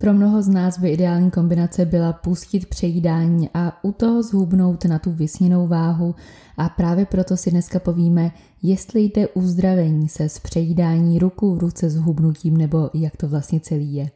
Pro mnoho z nás by ideální kombinace byla pustit přejídání a u toho zhubnout na tu vysněnou váhu a právě proto si dneska povíme, jestli jde uzdravení se z přejídání ruku v ruce s hubnutím nebo jak to vlastně celý je.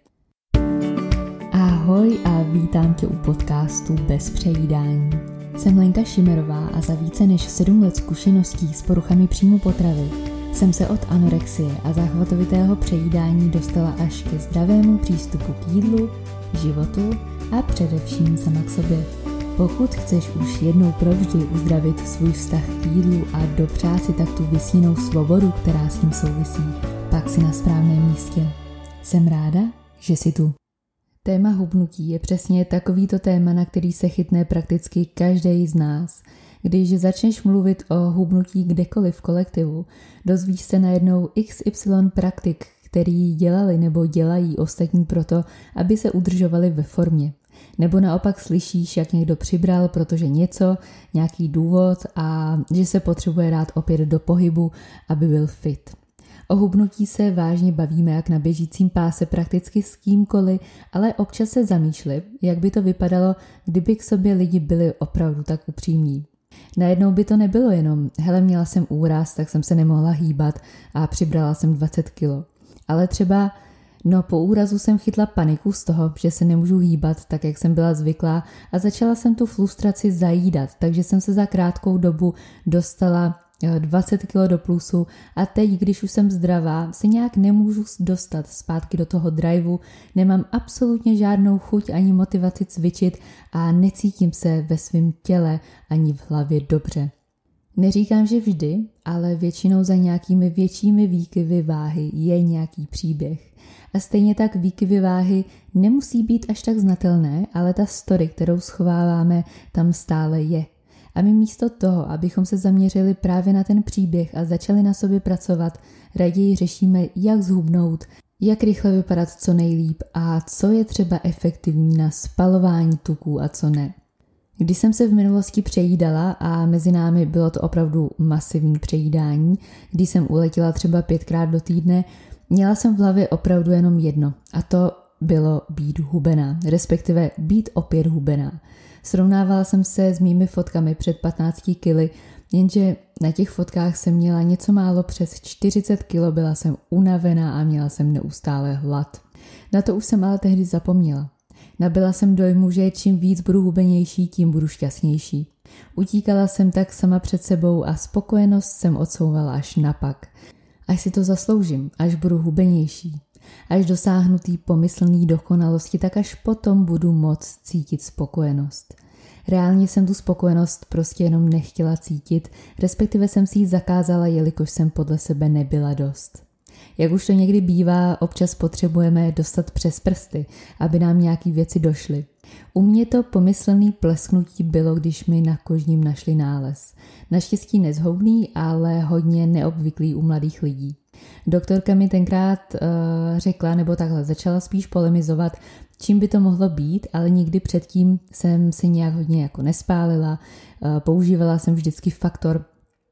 Ahoj a vítám tě u podcastu Bez přejídání. Jsem Lenka Šimerová a za více než 7 let zkušeností s poruchami příjmu potravy jsem se od anorexie a záchvatovitého přejídání dostala až ke zdravému přístupu k jídlu, životu a především sama k sobě. Pokud chceš už jednou provždy uzdravit svůj vztah k jídlu a dopřát si tak tu vysněnou svobodu, která s tím souvisí, pak si na správném místě. Jsem ráda, že jsi tu. Téma hubnutí je přesně takovýto téma, na který se chytne prakticky každý z nás. Když začneš mluvit o hubnutí kdekoliv v kolektivu, dozvíš se najednou XY praktik, který dělali nebo dělají ostatní proto, aby se udržovali ve formě. Nebo naopak slyšíš, jak někdo přibral, protože nějaký důvod a že se potřebuje dát opět do pohybu, aby byl fit. O hubnutí se vážně bavíme jak na běžícím páse prakticky s kýmkoliv, ale občas se zamýšlím, jak by to vypadalo, kdyby k sobě lidi byli opravdu tak upřímní. Najednou by to nebylo jenom, měla jsem úraz, tak jsem se nemohla hýbat a přibrala jsem 20 kilo. Ale třeba, po úrazu jsem chytla paniku z toho, že se nemůžu hýbat tak, jak jsem byla zvyklá a začala jsem tu frustraci zajídat, takže jsem se za krátkou dobu dostala 20 kg do plusu a teď, když už jsem zdravá, se nějak nemůžu dostat zpátky do toho driveu, nemám absolutně žádnou chuť ani motivaci cvičit a necítím se ve svém těle ani v hlavě dobře. Neříkám, že vždy, ale většinou za nějakými většími výkyvy váhy je nějaký příběh. A stejně tak výkyvy váhy nemusí být až tak znatelné, ale ta story, kterou schováváme, tam stále je. A my místo toho, abychom se zaměřili právě na ten příběh a začali na sobě pracovat, raději řešíme, jak zhubnout, jak rychle vypadat co nejlíp a co je třeba efektivní na spalování tuků a co ne. Když jsem se v minulosti přejídala a mezi námi bylo to opravdu masivní přejídání, když jsem uletěla třeba 5krát do týdne, měla jsem v hlavě opravdu jenom jedno a to bylo být hubená, respektive být opět hubená. Srovnávala jsem se s mými fotkami před 15 kily, jenže na těch fotkách jsem měla něco málo přes 40 kg, byla jsem unavená a měla jsem neustále hlad. Na to už jsem ale tehdy zapomněla. Nabyla jsem dojmu, že čím víc budu hubenější, tím budu šťastnější. Utíkala jsem tak sama před sebou a spokojenost jsem odsouvala až napak. Až si to zasloužím, až budu hubenější. Až dosáhnu té pomyslné dokonalosti, tak až potom budu moct cítit spokojenost. Reálně jsem tu spokojenost prostě jenom nechtěla cítit, respektive jsem si ji zakázala, jelikož jsem podle sebe nebyla dost. Jak už to někdy bývá, občas potřebujeme dostat přes prsty, aby nám nějaký věci došly. U mě to pomyslné plesknutí bylo, když mi na kožním našli nález. Naštěstí nezhoubný, ale hodně neobvyklý u mladých lidí. Doktorka mi tenkrát řekla, nebo takhle začala spíš polemizovat, čím by to mohlo být, ale nikdy předtím jsem se nějak hodně jako nespálila, používala jsem vždycky Faktor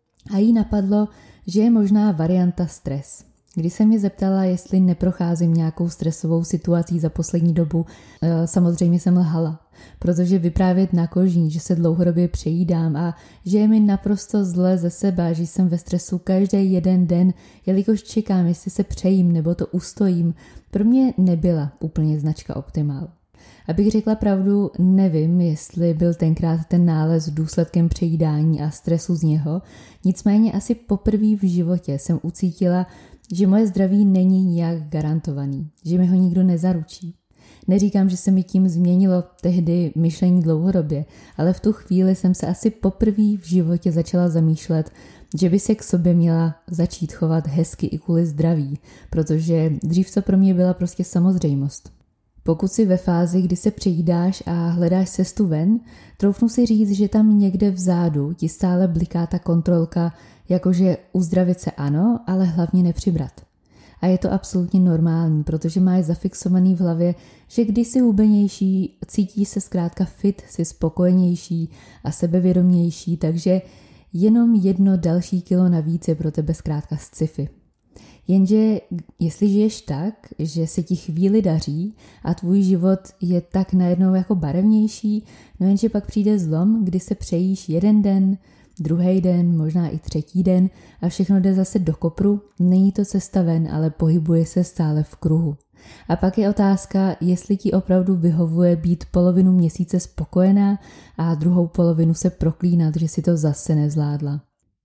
a jí napadlo, že je možná varianta stres. Když se mě zeptala, jestli neprocházím nějakou stresovou situací za poslední dobu, samozřejmě jsem lhala, protože vyprávět na kožní, že se dlouhodobě přejídám a že je mi naprosto zle ze sebe, že jsem ve stresu každý jeden den, jelikož čekám, jestli se přejím nebo to ustojím, pro mě nebyla úplně značka optimál. Abych řekla pravdu, nevím, jestli byl tenkrát ten nález důsledkem přejídání a stresu z něho, nicméně asi poprvé v životě jsem ucítila, že moje zdraví není nijak garantovaný, že mi ho nikdo nezaručí. Neříkám, že se mi tím změnilo tehdy myšlení dlouhodobě, ale v tu chvíli jsem se asi poprvé v životě začala zamýšlet, že by se k sobě měla začít chovat hezky i kvůli zdraví, protože dřív to pro mě byla prostě samozřejmost. Pokud jsi ve fázi, kdy se přejídáš a hledáš cestu ven, troufnu si říct, že tam někde vzadu ti stále bliká ta kontrolka, jakože uzdravit se ano, ale hlavně nepřibrat. A je to absolutně normální, protože máš zafixovaný v hlavě, že když jsi hubenější, cítíš se zkrátka fit, jsi spokojenější a sebevědomější, takže jenom jedno další kilo navíc je pro tebe zkrátka sci-fi. Jenže jestli žiješ tak, že se ti chvíli daří a tvůj život je tak najednou jako barevnější, no jenže pak přijde zlom, kdy se přejíš jeden den, druhý den, možná i třetí den a všechno jde zase do kopru, není to cesta ven, ale pohybuje se stále v kruhu. A pak je otázka, jestli ti opravdu vyhovuje být polovinu měsíce spokojená a druhou polovinu se proklínat, že si to zase nezvládla.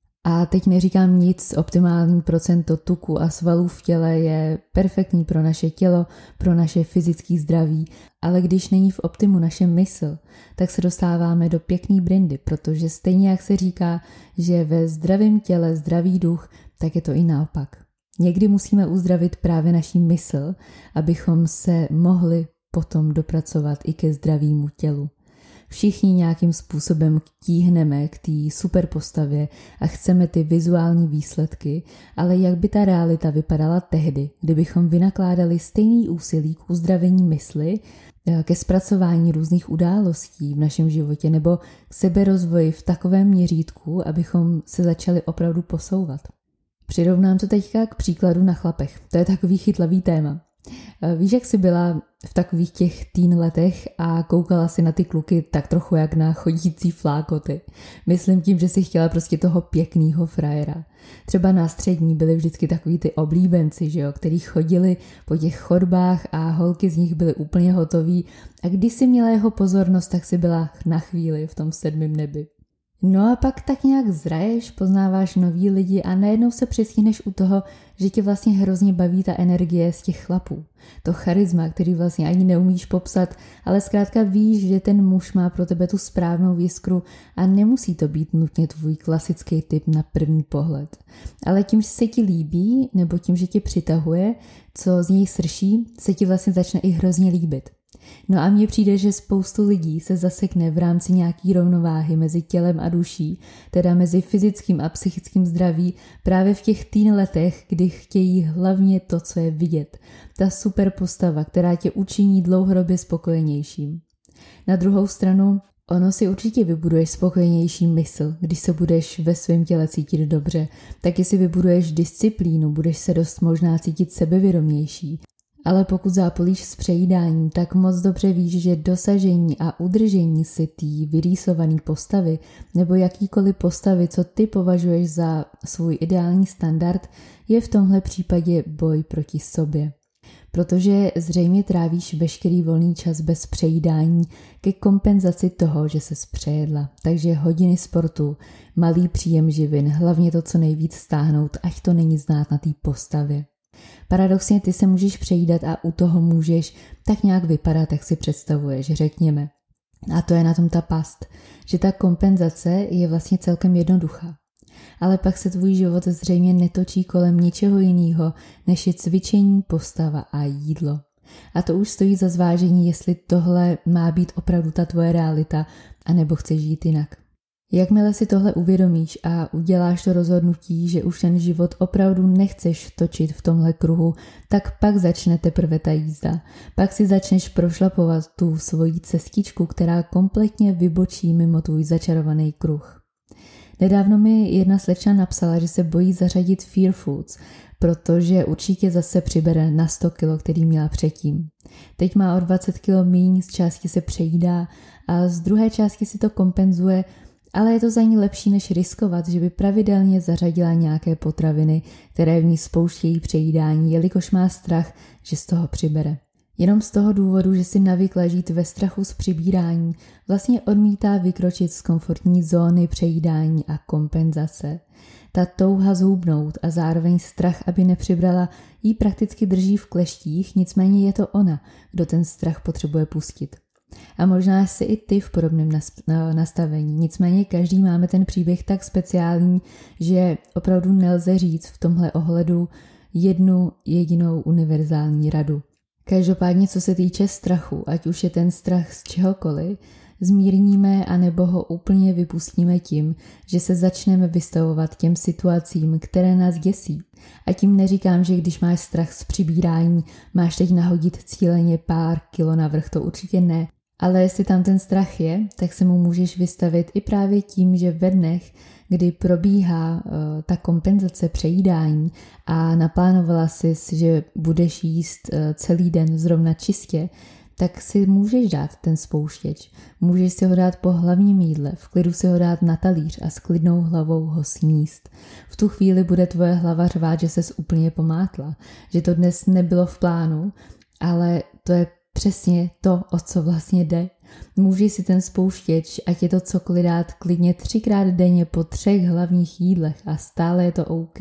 A teď neříkám nic, optimální procento tuku a svalů v těle je perfektní pro naše tělo, pro naše fyzické zdraví, ale když není v optimu naše mysl, tak se dostáváme do pěkný brindy, protože stejně jak se říká, že ve zdravém těle zdravý duch, tak je to i naopak. Někdy musíme uzdravit právě naší mysl, abychom se mohli potom dopracovat i ke zdravému tělu. Všichni nějakým způsobem tíhneme k té super postavě a chceme ty vizuální výsledky, ale jak by ta realita vypadala tehdy, kdybychom vynakládali stejný úsilí k uzdravení mysli, ke zpracování různých událostí v našem životě nebo k seberozvoji v takovém měřítku, abychom se začali opravdu posouvat. Přirovnám to teďka k příkladu na chlapech. To je takový chytlavý téma. Víš, jak jsi byla v takových těch teen letech a koukala si na ty kluky tak trochu jak na chodící flákoty. Myslím tím, že si chtěla prostě toho pěknýho frajera. Třeba na střední byli vždycky takový ty oblíbenci, že jo, který chodili po těch chodbách a holky z nich byly úplně hotový a když si měla jeho pozornost, tak si byla na chvíli v tom 7. nebi. No a pak tak nějak zraješ, poznáváš nový lidi a najednou se přesíhneš u toho, že tě vlastně hrozně baví ta energie z těch chlapů. To charisma, který vlastně ani neumíš popsat, ale zkrátka víš, že ten muž má pro tebe tu správnou jiskru a nemusí to být nutně tvůj klasický typ na první pohled. Ale tím, že se ti líbí, nebo tím, že tě přitahuje, co z něj srší, se ti vlastně začne i hrozně líbit. No a mně přijde, že spoustu lidí se zasekne v rámci nějaký rovnováhy mezi tělem a duší, teda mezi fyzickým a psychickým zdraví právě v těch teen letech, kdy chtějí hlavně to, co je vidět. Ta super postava, která tě učiní dlouhodobě spokojenějším. Na druhou stranu, ono si určitě vybuduješ spokojenější mysl, když se budeš ve svém těle cítit dobře, taky si vybuduješ disciplínu, budeš se dost možná cítit sebevědomější. Ale pokud zápolíš s přejídáním, tak moc dobře víš, že dosažení a udržení si té vyrýsované postavy nebo jakýkoliv postavy, co ty považuješ za svůj ideální standard, je v tomhle případě boj proti sobě. Protože zřejmě trávíš veškerý volný čas bez přejídání ke kompenzaci toho, že ses přejedla. Takže hodiny sportu, malý příjem živin, hlavně to co nejvíc stáhnout, ať to není znát na té postavě. Paradoxně ty se můžeš přejídat a u toho můžeš tak nějak vypadat, jak si představuješ, řekněme. A to je na tom ta past, že ta kompenzace je vlastně celkem jednoduchá. Ale pak se tvůj život zřejmě netočí kolem ničeho jiného, než je cvičení, postava a jídlo. A to už stojí za zvážení, jestli tohle má být opravdu ta tvoje realita, anebo chceš žít jinak. Jakmile si tohle uvědomíš a uděláš to rozhodnutí, že už ten život opravdu nechceš točit v tomhle kruhu, tak pak začne teprve ta jízda. Pak si začneš prošlapovat tu svoji cestičku, která kompletně vybočí mimo tvůj začarovaný kruh. Nedávno mi jedna slečna napsala, že se bojí zařadit fear foods, protože určitě zase přibere na 100 kg, který měla předtím. Teď má o 20 kg míň, z části se přejídá a z druhé části si to kompenzuje, ale je to za ní lepší, než riskovat, že by pravidelně zařadila nějaké potraviny, které v ní spouštějí přejídání, jelikož má strach, že z toho přibere. Jenom z toho důvodu, že si navykla žít ve strachu z přibírání, vlastně odmítá vykročit z komfortní zóny přejídání a kompenzace. Ta touha zhubnout a zároveň strach, aby nepřibrala, jí prakticky drží v kleštích, nicméně je to ona, kdo ten strach potřebuje pustit. A možná jsi i ty v podobném nastavení, nicméně každý máme ten příběh tak speciální, že opravdu nelze říct v tomhle ohledu jednu jedinou univerzální radu. Každopádně, co se týče strachu, ať už je ten strach z čehokoliv, zmírníme anebo ho úplně vypustíme tím, že se začneme vystavovat těm situacím, které nás děsí. A tím neříkám, že když máš strach z přibírání, máš teď nahodit cíleně pár kilo navrch, to určitě ne, Ale jestli tam ten strach je, tak se mu můžeš vystavit i právě tím, že ve dnech, kdy probíhá ta kompenzace přejídání a naplánovala jsi, že budeš jíst celý den zrovna čistě, tak si můžeš dát ten spouštěč. Můžeš si ho dát po hlavním jídle, v klidu si ho dát na talíř a s klidnou hlavou ho sníst. V tu chvíli bude tvoje hlava řvát, že ses úplně pomátla, že to dnes nebylo v plánu, ale to je přesně to, o co vlastně jde. Můžeš si ten spouštěč, ať je to cokoliv, dát klidně 3krát denně po 3 hlavních jídlech a stále je to OK.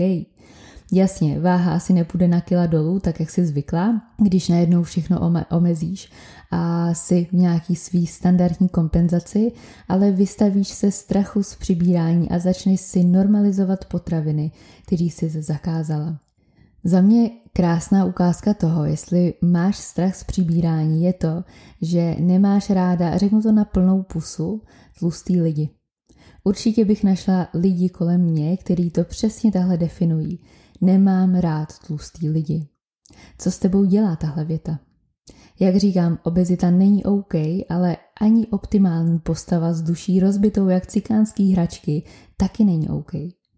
Jasně, váha asi nepůjde na kila dolů, tak jak jsi zvyklá, když najednou všechno omezíš a si v nějaký svý standardní kompenzaci, ale vystavíš se strachu z přibírání a začneš si normalizovat potraviny, které jsi zakázala. Za mě krásná ukázka toho, jestli máš strach z přibírání, je to, že nemáš ráda, řeknu to na plnou pusu, tlustý lidi. Určitě bych našla lidi kolem mě, kteří to přesně tahle definují. Nemám rád tlustý lidi. Co s tebou dělá tahle věta? Jak říkám, obezita není OK, ale ani optimální postava s duší rozbitou jak cikánský hračky taky není OK.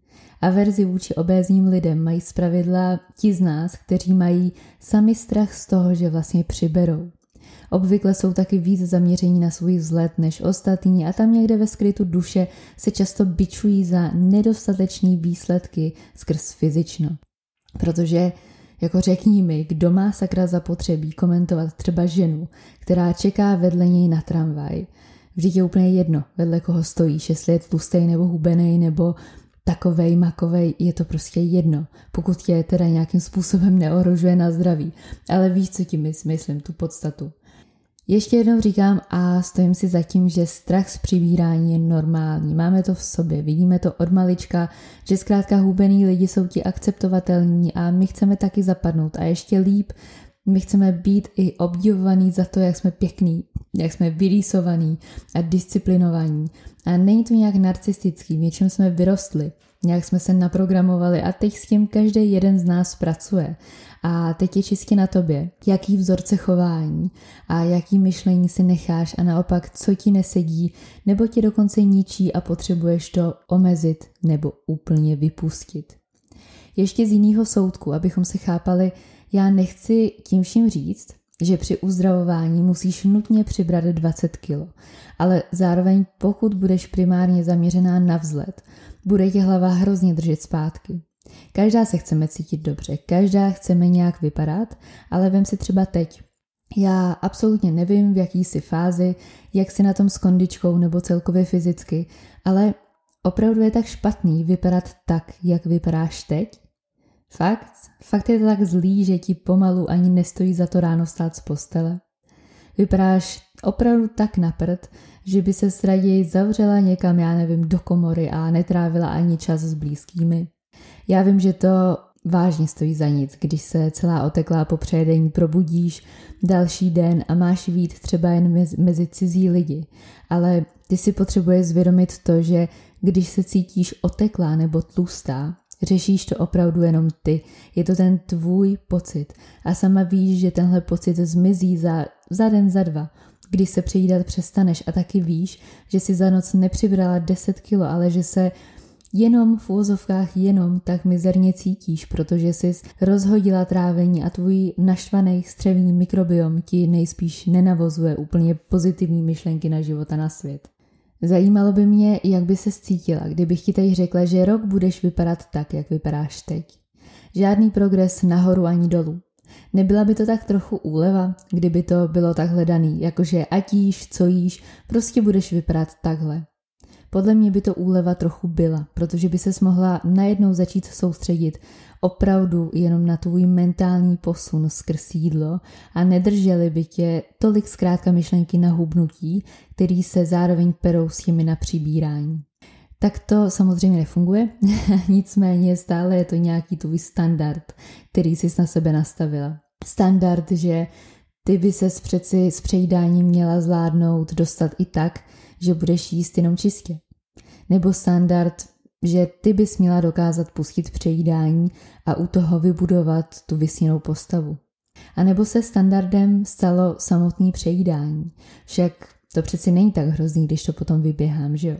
Averzi vůči obézním lidem mají zpravidla ti z nás, kteří mají sami strach z toho, že vlastně přiberou. Obvykle jsou taky víc zaměření na svůj vzhled než ostatní a tam někde ve skrytu duše se často bičují za nedostatečné výsledky skrz fyzično. Protože, jako řekni mi, kdo má sakra zapotřebí komentovat třeba ženu, která čeká vedle něj na tramvaj. Vždyť je úplně jedno, vedle koho stojíš, jestli je tlustej nebo hubenej nebo takovej, makovej, je to prostě jedno, pokud tě teda nějakým způsobem neohrožuje na zdraví. Ale víš, co tím myslím, tu podstatu. Ještě jednou říkám a stojím si za tím, že strach z přibírání je normální. Máme to v sobě, vidíme to od malička, že zkrátka hubený lidi jsou ti akceptovatelní a my chceme taky zapadnout. A ještě líp, my chceme být i obdivovaní za to, jak jsme pěkný, jak jsme vyrýsovaní a disciplinovaní. A není to nějak narcistický, v něčem jsme vyrostli, nějak jsme se naprogramovali a teď s tím každý jeden z nás pracuje. A teď je čistě na tobě, jaký vzorce chování a jaký myšlení si necháš a naopak, co ti nesedí, nebo tě dokonce ničí a potřebuješ to omezit nebo úplně vypustit. Ještě z jiného soudku, abychom se chápali, já nechci tím vším říct, že při uzdravování musíš nutně přibrat 20 kg, ale zároveň pokud budeš primárně zaměřená na vzhled, bude tě hlava hrozně držet zpátky. Každá se chceme cítit dobře, každá chceme nějak vypadat, ale vem si třeba teď. Já absolutně nevím, v jaký jsi fázi, jak jsi na tom s kondičkou nebo celkově fyzicky, ale opravdu je tak špatný vypadat tak, jak vypadáš teď? Fakt je to tak zlý, že ti pomalu ani nestojí za to ráno vstát z postele. Vypadáš opravdu tak na prd, že by se raději zavřela někam, já nevím, do komory a netrávila ani čas s blízkými. Já vím, že to vážně stojí za nic, když se celá oteklá po přejedení probudíš další den a máš vyjít třeba jen mezi cizí lidi. Ale ty si potřebuješ zvědomit to, že když se cítíš oteklá nebo tlustá, řešíš to opravdu jenom ty. Je to ten tvůj pocit. A sama víš, že tenhle pocit zmizí za den, za dva, když se přejídat přestaneš a taky víš, že si za noc nepřibrala 10 kg, ale že se jenom v úvozovkách tak mizerně cítíš, protože jsi rozhodila trávení a tvůj naštvaný střevní mikrobiom ti nejspíš nenavozuje úplně pozitivní myšlenky na život a na svět. Zajímalo by mě, jak by se cítila, kdybych ti teď řekla, že rok budeš vypadat tak, jak vypadáš teď. Žádný progres nahoru ani dolů. Nebyla by to tak trochu úleva, kdyby to bylo takhle daný, jakože ať jíš, co jíš, prostě budeš vypadat takhle. Podle mě by to úleva trochu byla, protože by ses mohla najednou začít soustředit opravdu jenom na tvůj mentální posun skrz jídlo a nedržely by tě tolik zkrátka myšlenky na hubnutí, který se zároveň perou s těmi na přibírání. Tak to samozřejmě nefunguje, nicméně stále je to nějaký tvůj standard, který jsi na sebe nastavila. Standard, že ty by ses přeci s přejídáním měla zvládnout dostat i tak, že budeš jíst jenom čistě. Nebo standard, že ty bys měla dokázat pustit přejídání a u toho vybudovat tu vysněnou postavu. A nebo se standardem stalo samotné přejídání. Však to přeci není tak hrozný, když to potom vyběhám, že jo?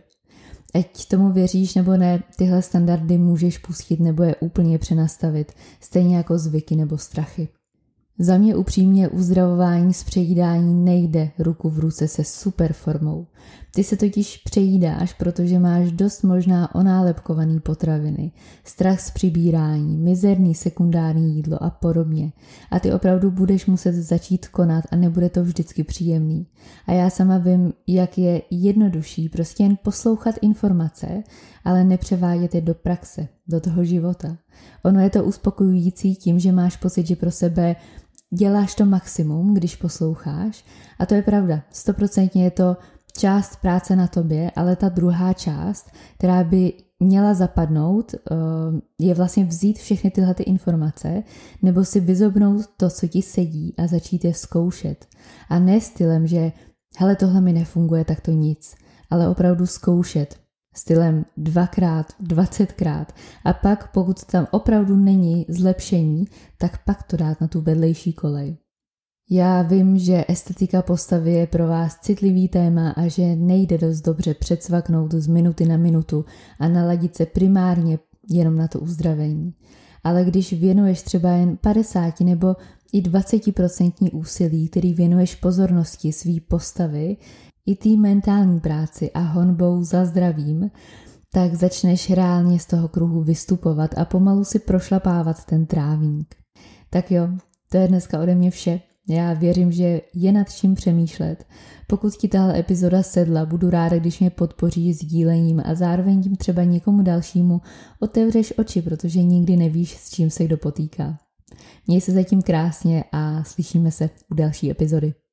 Ať tomu věříš nebo ne, tyhle standardy můžeš pustit nebo je úplně přenastavit, stejně jako zvyky nebo strachy. Za mě upřímně uzdravování z přejídání nejde ruku v ruce se super formou. Ty se totiž přejídáš, protože máš dost možná onálepkovaný potraviny, strach z přibírání, mizerný sekundární jídlo a podobně. A ty opravdu budeš muset začít konat a nebude to vždycky příjemný. A já sama vím, jak je jednodušší prostě jen poslouchat informace, ale nepřevádět je do praxe, do toho života. Ono je to uspokojující tím, že máš pocit, že pro sebe děláš to maximum, když posloucháš, a to je pravda, 100% je to část práce na tobě, ale ta druhá část, která by měla zapadnout, je vlastně vzít všechny tyhle ty informace nebo si vyzobnout to, co ti sedí a začít je zkoušet. A ne stylem, že hele, tohle mi nefunguje, tak to nic, ale opravdu zkoušet. Stylem 2x, 20krát a pak, pokud tam opravdu není zlepšení, tak pak to dát na tu vedlejší kolej. Já vím, že estetika postavy je pro vás citlivý téma a že nejde dost dobře předsvaknout z minuty na minutu a naladit se primárně jenom na to uzdravení. Ale když věnuješ třeba jen 50 nebo i 20% úsilí, který věnuješ pozornosti svý postavy, i té mentální práci a honbou za zdravím, tak začneš reálně z toho kruhu vystupovat a pomalu si prošlapávat ten trávník. Tak jo, to je dneska ode mě vše. Já věřím, že je nad čím přemýšlet. Pokud ti tahle epizoda sedla, budu ráda, když mě podpoříš sdílením a zároveň tím třeba někomu dalšímu otevřeš oči, protože nikdy nevíš, s čím se kdo potýká. Měj se zatím krásně a slyšíme se u další epizody.